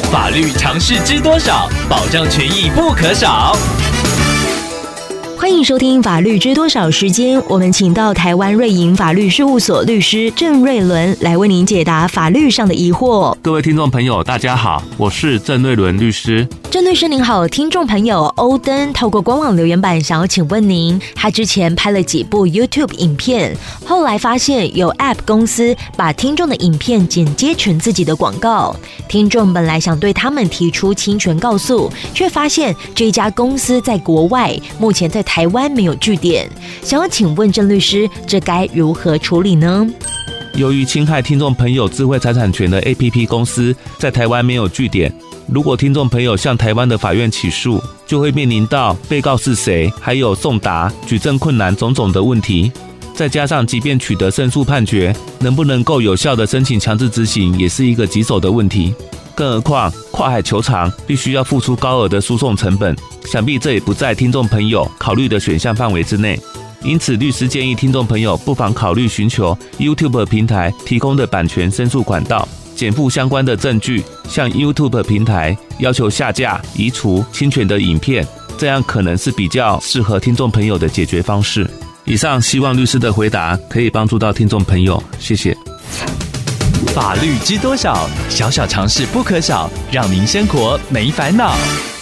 法律常识知多少？保障权益不可少。 欢迎收听法律知多少时间，我们请到台湾瑞银法律事务所律师郑瑞伦来为您解答法律上的疑惑。 各位听众朋友大家好，我是郑瑞伦律师。 郑律师您好，听众朋友欧登透过官网留言板想要请问您，他之前拍了几部 YouTube 影片，后来发现有 App 公司把听众的影片剪接成自己的广告，听众本来想对他们提出侵权告诉，却发现这家公司在国外，目前在台湾没有据点，想要请问郑律师，这该如何处理呢？ 由于侵害听众朋友智慧财产权的 APP 公司在台湾没有据点，如果听众朋友向台湾的法院起诉，就会面临到被告是谁，还有送达、举证困难种种的问题。再加上即便取得胜诉判决，能不能够有效的申请强制执行，也是一个棘手的问题。更何况跨海求偿必须要付出高额的诉讼成本，想必这也不在听众朋友考虑的选项范围之内。因此律师建议听众朋友不妨考虑寻求 YouTube 平台提供的版权申诉管道，减负相关的证据，向 YouTube 平台要求下架、移除侵权的影片，这样可能是比较适合听众朋友的解决方式。以上希望律师的回答可以帮助到听众朋友，谢谢。 法律知多少？小小常识不可少，让您生活没烦恼。